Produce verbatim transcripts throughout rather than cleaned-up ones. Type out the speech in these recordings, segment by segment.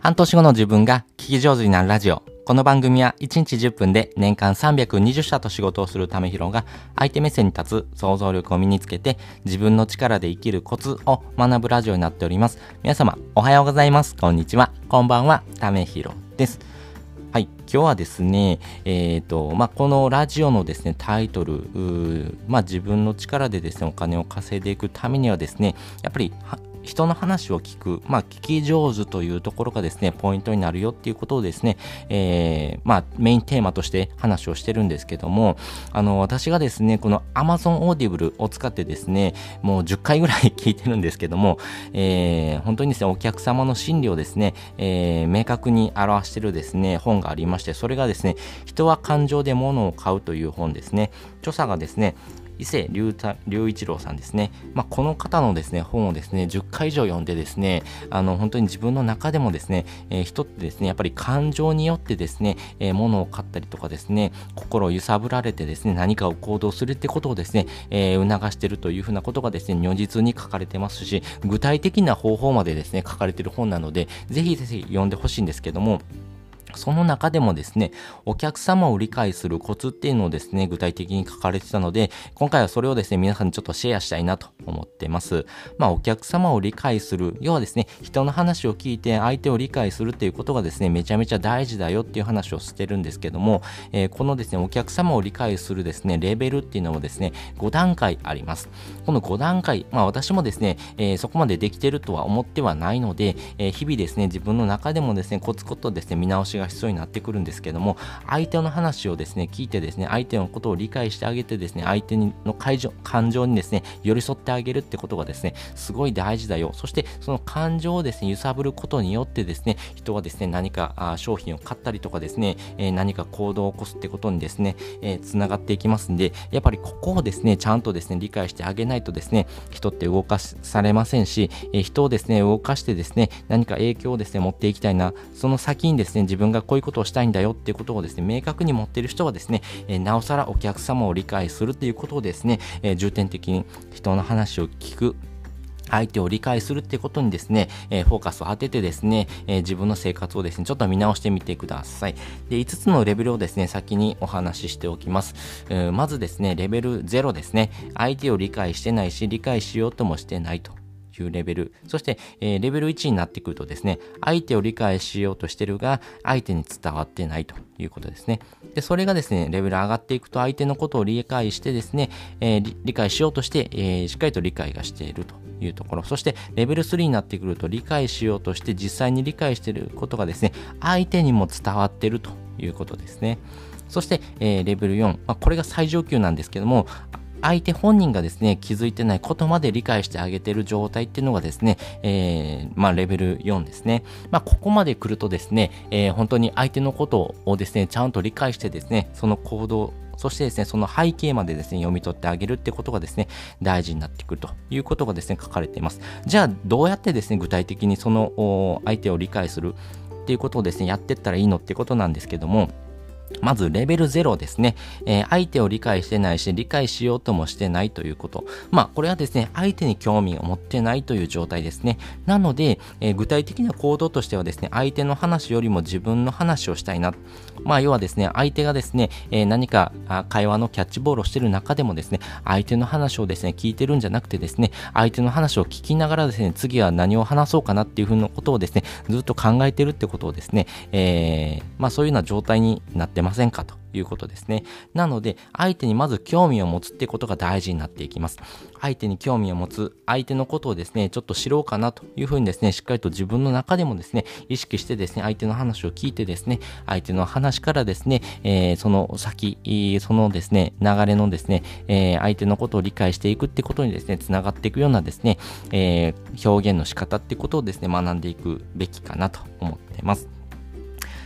半年後の自分が聞き上手になるラジオ。この番組はいちにちじゅっぷんで年間さんびゃくにじゅっしゃと仕事をするためひろが相手目線に立つ想像力を身につけて自分の力で生きるコツを学ぶラジオになっております。皆様おはようございます。こんにちは。こんばんは。ためひろです。はい、今日はですね、えーとまあ、このラジオのですねタイトル、まあ、自分の力でですねお金を稼いでいくためにはですね、やっぱり人の話を聞く、まあ、聞き上手というところがですねポイントになるよっていうことをですね、えー、まあメインテーマとして話をしてるんですけども、あの私がですねこの Amazon Audible を使ってですねもうじゅっかいぐらい聞いてるんですけども、えー、本当にですねお客様の心理をですね、えー、明確に表してるですね本がありまして、それがですね人は感情で物を買うという本ですね。著者がですね伊勢隆一郎さんですね。まあ、この方のですね本をですねじゅっかい以上読んでですね、あの本当に自分の中でもですね、えー、人ってですねやっぱり感情によってですね、えー、物を買ったりとかですね、心を揺さぶられてですね何かを行動するってことをですね、えー、促しているというふうなことがですね如実に書かれてますし、具体的な方法までですね書かれている本なので、ぜひぜひ読んでほしいんですけども、その中でもですね、お客様を理解するコツっていうのをですね、具体的に書かれてたので、今回はそれをですね、皆さんにちょっとシェアしたいなと思ってます。まあ、お客様を理解する、要はですね、人の話を聞いて相手を理解するっていうことがですね、めちゃめちゃ大事だよっていう話をしてるんですけども、えー、このですね、お客様を理解するですね、レベルっていうのもですね、ごだんかいあります。このごだんかい、まあ私もですね、えー、そこまでできてるとは思ってはないので、えー、日々ですね、自分の中でもですね、コツコツとですね、見直しが必要になってくるんですけども、相手の話をですね聞いてですね、相手のことを理解してあげてですね、相手の感情にですね寄り添ってあげるってことがですねすごい大事だよ。そしてその感情をですね揺さぶることによってですね、人はですね何かあ商品を買ったりとかですね、えー、何か行動を起こすってことにですね、えー、つながっていきますんで、やっぱりここをですねちゃんとですね理解してあげないとですね、人って動かされませんし、えー、人をですね動かしてですね何か影響をですね持っていきたいな、その先にですね自分がこういうことをしたいんだよっていうことをですね明確に持っている人はですね、えー、なおさらお客様を理解するっていうことをですね、えー、重点的に人の話を聞く、相手を理解するってことにですね、えー、フォーカスを当ててですね、えー、自分の生活をですねちょっと見直してみてください。で、いつつのレベルをですね先にお話ししておきます。えー、まずですねレベルゼロですね。相手を理解してないし理解しようともしてないというレベル。そして、えー、レベルいちになってくるとですね、相手を理解しようとしてるが相手に伝わってないということですね。で、それがですねレベル上がっていくと、相手のことを理解してですね、えー、理解しようとして、えー、しっかりと理解がしているというところ。そしてレベルスリーになってくると、理解しようとして実際に理解していることがですね相手にも伝わっているということですね。そして、えー、レベルよん、まあ、これが最上級なんですけども、相手本人がですね気づいてないことまで理解してあげている状態っていうのがですね、えー、まあレベルよんですね。まあここまで来るとですね、えー、本当に相手のことをですねちゃんと理解してですね、その行動、そしてですねその背景までですね読み取ってあげるってことがですね大事になってくるということがですね書かれています。じゃあどうやってですね具体的にその相手を理解するっていうことをですねやっていったらいいのってことなんですけども、まずレベルゼロですね、えー、相手を理解してないし理解しようともしてないということ。まあこれはですね相手に興味を持ってないという状態ですね。なので、えー、具体的な行動としてはですね、相手の話よりも自分の話をしたいな。まあ要はですね相手がですね、えー、何か会話のキャッチボールをしている中でもですね、相手の話をですね聞いてるんじゃなくてですね、相手の話を聞きながらですね、次は何を話そうかなっていうふうなことをですねずっと考えてるってことをですね、えー、まあそういうような状態になってませんかということですね。なので相手にまず興味を持つってことが大事になっていきます。相手に興味を持つ、相手のことをですねちょっと知ろうかなというふうにですねしっかりと自分の中でもですね意識してですね相手の話を聞いてですね、相手の話からですね、えー、その先そのですね流れのですね、えー、相手のことを理解していくってことにですねつながっていくようなですね、えー、表現の仕方ってことをですね学んでいくべきかなと思っています。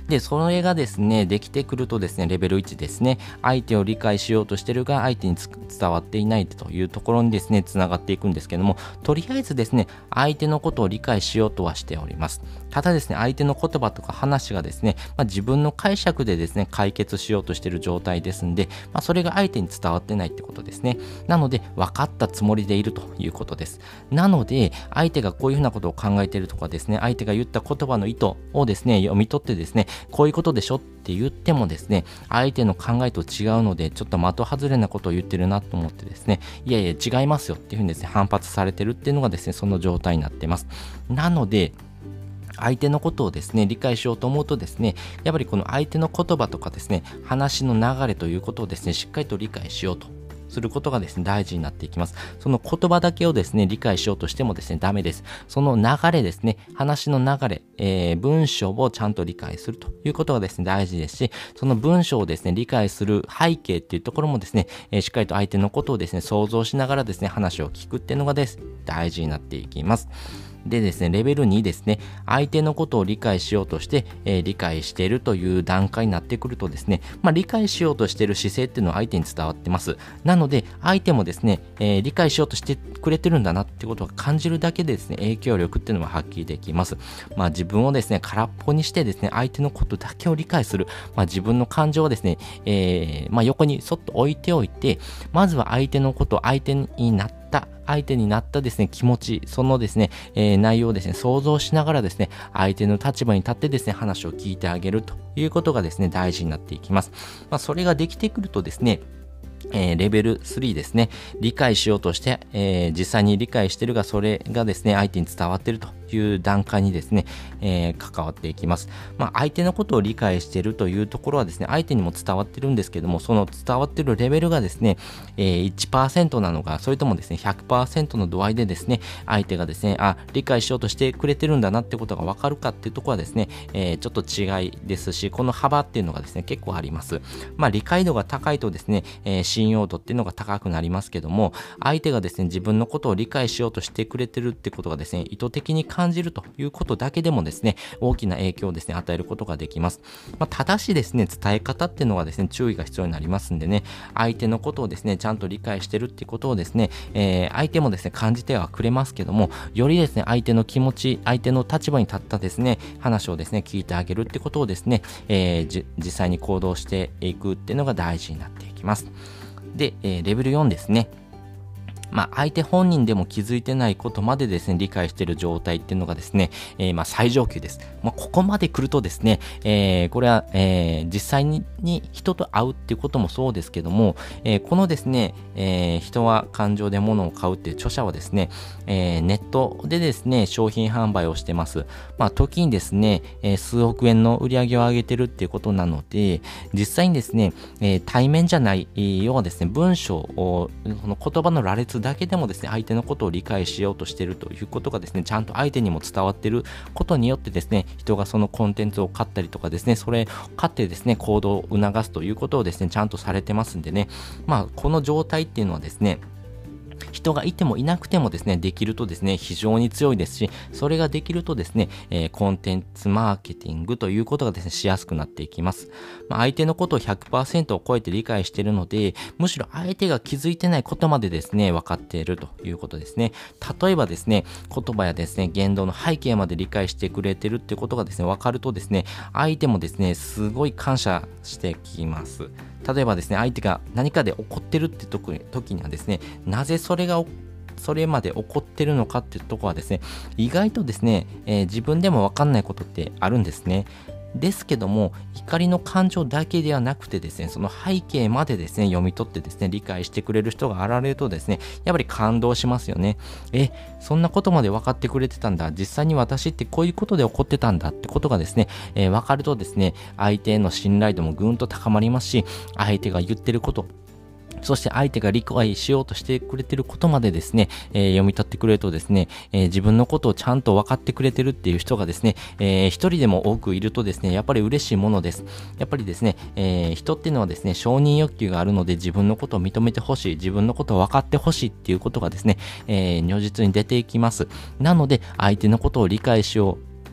で、それがですね、できてくるとですね、レベルいちですね、相手を理解しようとしてるが、相手に伝わっていないというところにですね、つながっていくんですけども、とりあえずですね、相手のことを理解しようとはしております。ただですね、相手の言葉とか話がですね、まあ、自分の解釈でですね、解決しようとしている状態ですんで、まあ、それが相手に伝わってないってことですね。なので、分かったつもりでいるということです。なので、相手がこういうふうなことを考えているとかですね、相手が言った言葉の意図をですね、読み取ってですね、こういうことでしょって言ってもですね、相手の考えと違うので、ちょっと的外れなことを言ってるなと思ってですね、いやいや違いますよっていうふうにですね、反発されてるっていうのがですね、その状態になってます。なので、相手のことをですね、理解しようと思うとですね、やっぱりこの相手の言葉とかですね、話の流れということをですね、しっかりと理解しようとすることがですね、大事になっていきます。その言葉だけをですね、理解しようとしてもですね、ダメです。その流れですね、話の流れ、えー、文章をちゃんと理解するということがですね、大事ですし、その文章をですね、理解する背景っていうところもですね、えー、しっかりと相手のことをですね、想像しながらですね、話を聞くっていうのがです、大事になっていきます。でですね、レベルにですね、相手のことを理解しようとして、えー、理解しているという段階になってくるとですね、まあ、理解しようとしている姿勢っていうのは相手に伝わってます。なので、相手もですね、えー、理解しようとしてくれてるんだなってことを感じるだけでですね、影響力っていうのは発揮できます。まあ、自分をですね、空っぽにしてですね、相手のことだけを理解する。まあ、自分の感情をですね、えー、まあ、横にそっと置いておいて、まずは相手のこと、相手になって相手になったですね、気持ち、そのですね、えー、内容をですね、想像しながらですね、相手の立場に立ってですね、話を聞いてあげるということがですね、大事になっていきます。まあ、それができてくるとですね、えー、レベルスリーですね。理解しようとして、えー、実際に理解してるが、それがですね、相手に伝わってるという段階にですね、えー、関わっていきます。まあ、相手のことを理解しているというところはですね、相手にも伝わってるんですけども、その伝わってるレベルがですね、えー、いちパーセント なのか、それともですね、ひゃくパーセント の度合いでですね、相手がですね、あ、理解しようとしてくれてるんだなってことがわかるかっていうところはですね、えー、ちょっと違いですし、この幅っていうのがですね、結構あります。まあ、理解度が高いとですね、えー信用度っていうのが高くなりますけども、相手がですね、自分のことを理解しようとしてくれてるってことがですね、意図的に感じるということだけでもですね、大きな影響をですね、与えることができます。まあ、ただしですね、伝え方っていうのがですね、注意が必要になりますんでね、相手のことをですね、ちゃんと理解してるっていうことをですね、えー、相手もですね、感じてはくれますけども、よりですね、相手の気持ち、相手の立場に立ったですね、話をですね、聞いてあげるってことをですね、えー、実際に行動していくっていうのが大事になっていきます。で、えー、レベルよんですね。まあ、相手本人でも気づいてないことまでですね、理解している状態っていうのがですね、えー、まあ最上級です。まあ、ここまで来るとですね、えー、これは、えー、実際にに人と会うっていうこともそうですけども、えー、このですね、えー、人は感情で物を買うっていう著者はですね、えー、ネットでですね、商品販売をしてます。まあ、時にですね、えー、数億円の売り上げを上げてるっていうことなので、実際にですね、えー、対面じゃない、要はですね、文章を、この言葉の羅列だけでもですね、相手のことを理解しようとしているということがですね、ちゃんと相手にも伝わっていることによってですね、人がそのコンテンツを買ったりとかですね、それを買ってですね、行動を促すということをですね、ちゃんとされてますんでね、まあ、この状態っていうのはですね、人がいてもいなくてもですね、できるとですね、非常に強いですし、それができるとですね、えー、コンテンツマーケティングということがですね、しやすくなっていきます。まあ、相手のことを ひゃくパーセント を超えて理解しているので、むしろ相手が気づいてないことまでですね、分かっているということですね。例えばですね、言葉やですね、言動の背景まで理解してくれてるってことがですね、分かるとですね、相手もですね、すごい感謝してきます。例えばですね、相手が何かで怒ってるって時にはですね、なぜそれがそれまで起こってるのかっていうところはですね、意外とですね、えー、自分でもわかんないことってあるんですね。ですけども、怒りの感情だけではなくてですね、その背景までですね、読み取ってですね、理解してくれる人が現れるとですね、やっぱり感動しますよね。え、そんなことまで分かってくれてたんだ。実際に私ってこういうことで起こってたんだってことがですね、えー、分かるとですね、相手への信頼度もぐんと高まりますし、相手が言ってること、そして相手が理解しようとしてくれてることまでですね、えー、読み取ってくれるとですね、えー、自分のことをちゃんと分かってくれてるっていう人がですね、えー、一人でも多くいるとですね、やっぱり嬉しいものです。やっぱりですね、えー、人っていうのはですね、承認欲求があるので自分のことを認めてほしい、自分のことを分かってほしいっていうことがですね、えー、如実に出ていきます。なので、相手のことを理解しよう、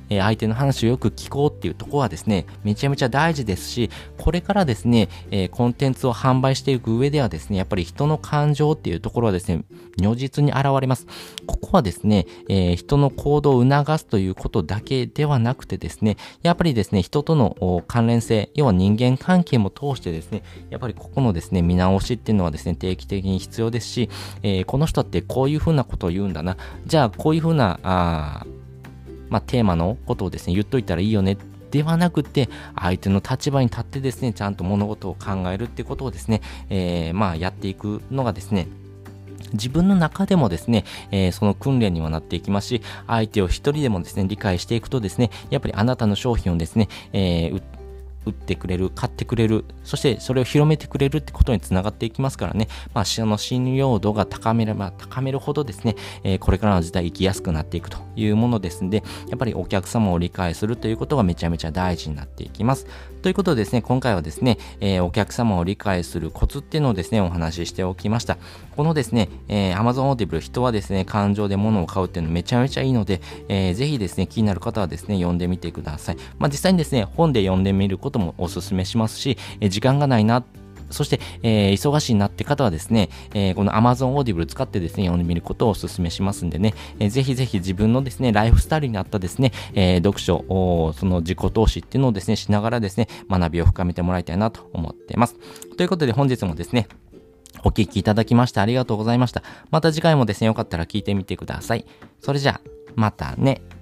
えー、相手の話をよく聞こうっていうところはですね、めちゃめちゃ大事ですし、これからですね、えー、コンテンツを販売していく上ではですね、やっぱり人の感情っていうところはですね、如実に現れます。ここはですね、えー、人の行動を促すということだけではなくてですね、やっぱりですね、人との関連性、要は人間関係も通してですね、やっぱりここのですね、見直しっていうのはですね、定期的に必要ですし、えー、この人ってこういうふうなことを言うんだな。じゃあ、こういうふうな、あまあ、テーマのことをですね、言っといたらいいよね。ではなくて、相手の立場に立ってですね、ちゃんと物事を考えるっていうことをですね、えー、まあ、やっていくのがですね、自分の中でもですね、えー、その訓練にはなっていきますし、相手を一人でもですね、理解していくとですね、やっぱりあなたの商品をですね、えー、売ってくれる、買ってくれる、そしてそれを広めてくれるってことにつながっていきますからね、まあ、その信用度が高めれば高めるほどですね、えー、これからの時代生きやすくなっていくというものですんで、やっぱりお客様を理解するということがめちゃめちゃ大事になっていきます。ということでですね、今回はですね、えー、お客様を理解するコツっていうのをですね、お話ししておきました。このですね、えー、Amazon Audible、人はですね、感情で物を買うっていうのめちゃめちゃいいので、えー、ぜひですね、気になる方はですね、読んでみてください。まあ、実際にですね、本で読んでみることもおすすめしますし、えー、時間がないな、そして、えー、忙しいなって方はですね、えー、この Amazon Audible 使ってですね、読んでみることをお勧めしますんでね、えー、ぜひぜひ自分のですね、ライフスタイルに合ったですね、えー、読書、その自己投資っていうのをですね、しながらですね、学びを深めてもらいたいなと思っています。ということで本日もですね、お聞きいただきましてありがとうございました。また次回もですね、よかったら聞いてみてください。それじゃあ、またね。